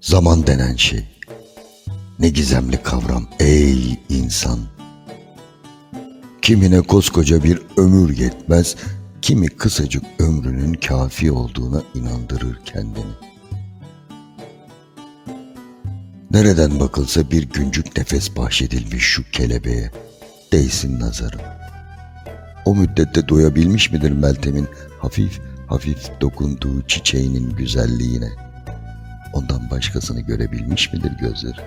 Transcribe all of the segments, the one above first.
Zaman denen şey, ne gizemli kavram ey insan. Kimine koskoca bir ömür yetmez, kimi kısacık ömrünün kafi olduğuna inandırır kendini. Nereden bakılsa bir güncük nefes bahşedilmiş şu kelebeğe, değsin nazarın. O müddette doyabilmiş midir Meltem'in hafif hafif dokunduğu çiçeğinin güzelliğine? Ondan başkasını görebilmiş midir gözleri?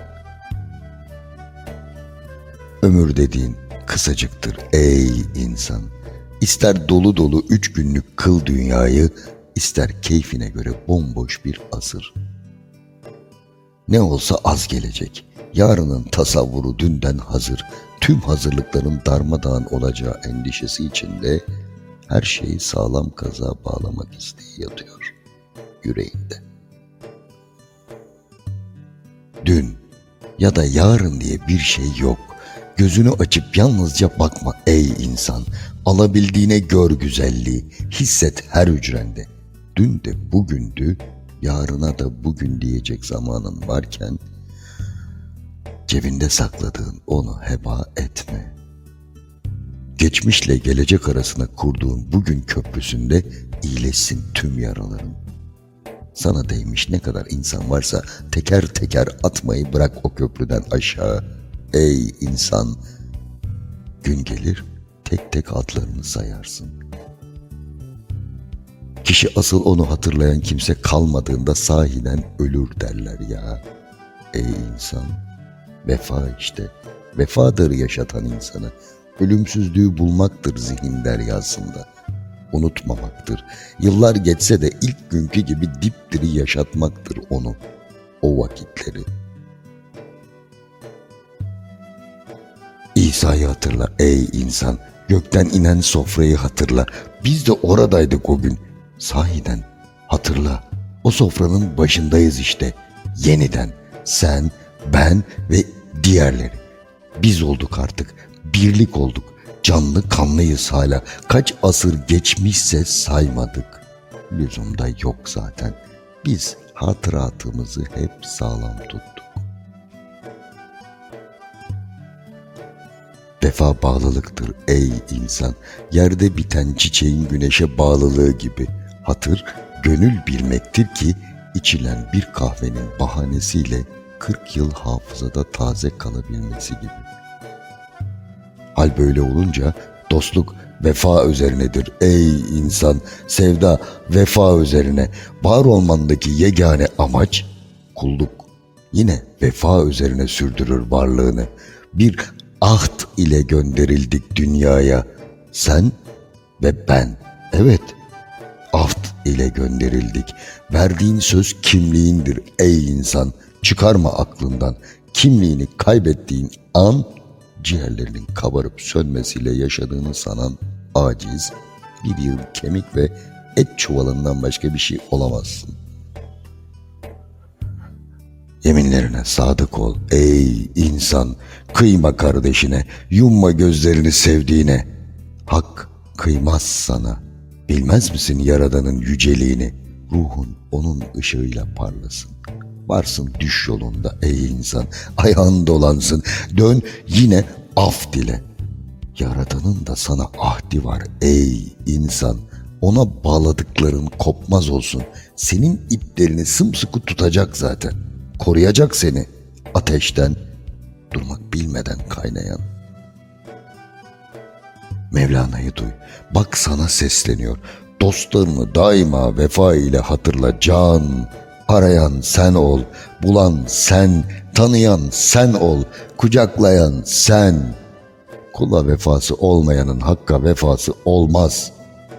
Ömür dediğin kısacıktır ey insan. İster dolu dolu 3 günlük kıl dünyayı, ister keyfine göre bomboş bir asır. Ne olsa az gelecek. Yarının tasavvuru dünden hazır. Tüm hazırlıkların darmadağın olacağı endişesi içinde her şeyi sağlam kazığa bağlamak isteği yatıyor yüreğinde. Dün ya da yarın diye bir şey yok. Gözünü açıp yalnızca bakma ey insan. Alabildiğine gör güzelliği, hisset her hücrende. Dün de bugündü, yarına da bugün diyecek zamanın varken, cebinde sakladığın onu heba etme. Geçmişle gelecek arasına kurduğun bugün köprüsünde iyileşsin tüm yaraların. Sana değmiş ne kadar insan varsa teker teker atmayı bırak o köprüden aşağı. Ey insan, gün gelir tek tek adlarını sayarsın. Kişi asıl onu hatırlayan kimse kalmadığında sahiden ölür derler ya. Ey insan, vefa işte, vefadır yaşatan insanı. Ölümsüzlüğü bulmaktır zihin deryasında. Unutmamaktır. Yıllar geçse de ilk günkü gibi dipdiri yaşatmaktır onu, o vakitleri. İsa'yı hatırla ey insan, gökten inen sofrayı hatırla. Biz de oradaydık o gün. Sahiden hatırla, o sofranın başındayız işte. Yeniden sen, ben ve diğerleri. Biz olduk artık, birlik olduk. Canlı kanlıyız hala. Kaç asır geçmişse saymadık. Lüzum da yok zaten. Biz hatıratımızı hep sağlam tuttuk. Vefa bağlılıktır ey insan. Yerde biten çiçeğin güneşe bağlılığı gibi. Hatır, gönül bilmektir ki içilen bir kahvenin bahanesiyle 40 yıl hafızada taze kalabilmesi gibi. Hal böyle olunca dostluk vefa üzerinedir ey insan. Sevda vefa üzerine. Var olmandaki yegane amaç kulluk. Yine vefa üzerine sürdürür varlığını. Bir ahd ile gönderildik dünyaya. Sen ve ben. Evet, ahd ile gönderildik. Verdiğin söz kimliğindir ey insan. Çıkarma aklından. Kimliğini kaybettiğin an, ciğerlerinin kabarıp sönmesiyle yaşadığını sanan aciz, bir yığın kemik ve et çuvalından başka bir şey olamazsın. Yeminlerine sadık ol ey insan. Kıyma kardeşine, yumma gözlerini sevdiğine. Hak kıymaz sana. Bilmez misin Yaradan'ın yüceliğini? Ruhun onun ışığıyla parlasın. Varsın düş yolunda ey insan. Ayağın dolansın. Dön yine af dile. Yaradan'ın da sana ahdi var ey insan. Ona bağladıkların kopmaz olsun. Senin iplerini sımsıkı tutacak zaten. Koruyacak seni ateşten, durmak bilmeden kaynayan. Mevlana'yı duy. Bak sana sesleniyor. Dostlarını daima vefa ile hatırla can. Arayan sen ol, bulan sen, tanıyan sen ol, kucaklayan sen. Kula vefası olmayanın hakka vefası olmaz.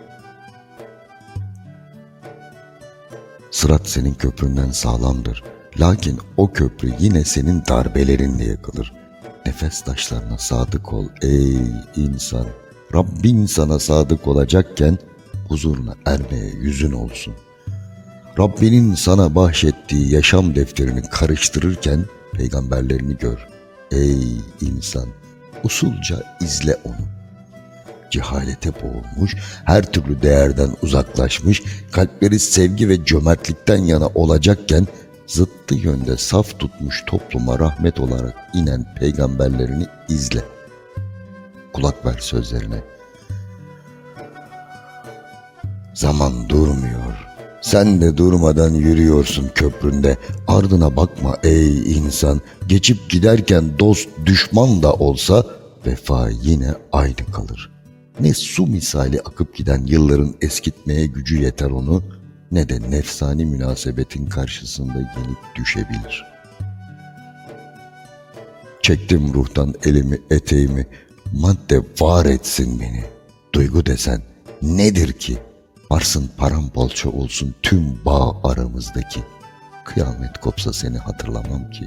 Sırat senin köpründen sağlamdır. Lakin o köprü yine senin darbelerinle yakılır. Nefes taşlarına sadık ol ey insan. Rabbin sana sadık olacakken huzuruna ermeye yüzün olsun. Rabbinin sana bahşettiği yaşam defterini karıştırırken peygamberlerini gör. Ey insan, usulca izle onu. Cehalete boğulmuş, her türlü değerden uzaklaşmış, kalpleri sevgi ve cömertlikten yana olacakken zıttı yönde saf tutmuş topluma rahmet olarak inen peygamberlerini izle. Kulak ver sözlerine. Zaman durmuyor. Sen de durmadan yürüyorsun köpründe. Ardına bakma ey insan. Geçip giderken dost düşman da olsa vefa yine aynı kalır. Ne su misali akıp giden yılların eskitmeye gücü yeter onu, ne de nefsani münasebetin karşısında yenik düşebilir. Çektim ruhtan elimi eteğimi, madde var etsin beni. Duygu desen nedir ki? Varsın paramparça olsun tüm bağ aramızdaki. Kıyamet kopsa seni hatırlamam ki.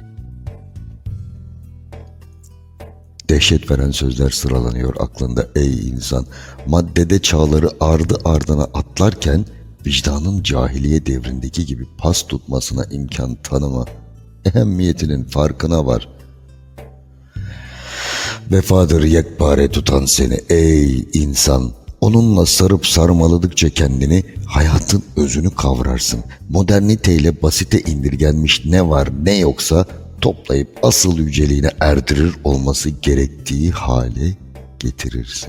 Dehşet veren sözler sıralanıyor aklında ey insan. Maddede çağları ardı ardına atlarken vicdanın cahiliye devrindeki gibi pas tutmasına imkan tanıma. Ehemmiyetinin farkına var. Vefadır yekpare tutan seni ey insan. Onunla sarıp sarmaladıkça kendini, hayatın özünü kavrarsın. Moderniteyle basite indirgenmiş ne var ne yoksa toplayıp asıl yüceliğine erdirir olması gerektiği hale getirirsin.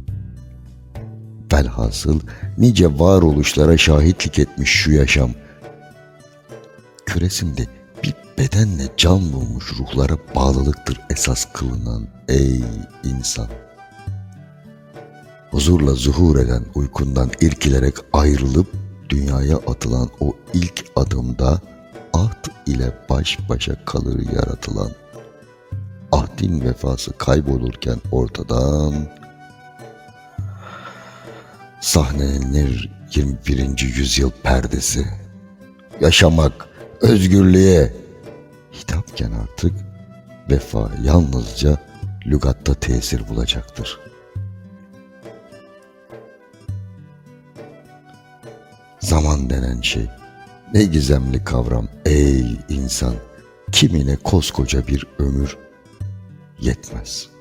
Velhasıl nice varoluşlara şahitlik etmiş şu yaşam, küresinde bir bedenle can bulmuş ruhlara bağlılıktır esas kılınan ey insan. Huzurla zuhur eden uykundan irkilerek ayrılıp dünyaya atılan o ilk adımda ahd ile baş başa kalır yaratılan. Ahdin vefası kaybolurken ortadan sahnelenir 21. yüzyıl perdesi. Yaşamak, özgürlüğe hitapken artık vefa yalnızca lügatta tesir bulacaktır. Zaman denen şey ne gizemli kavram ey insan, kimine koskoca bir ömür yetmez.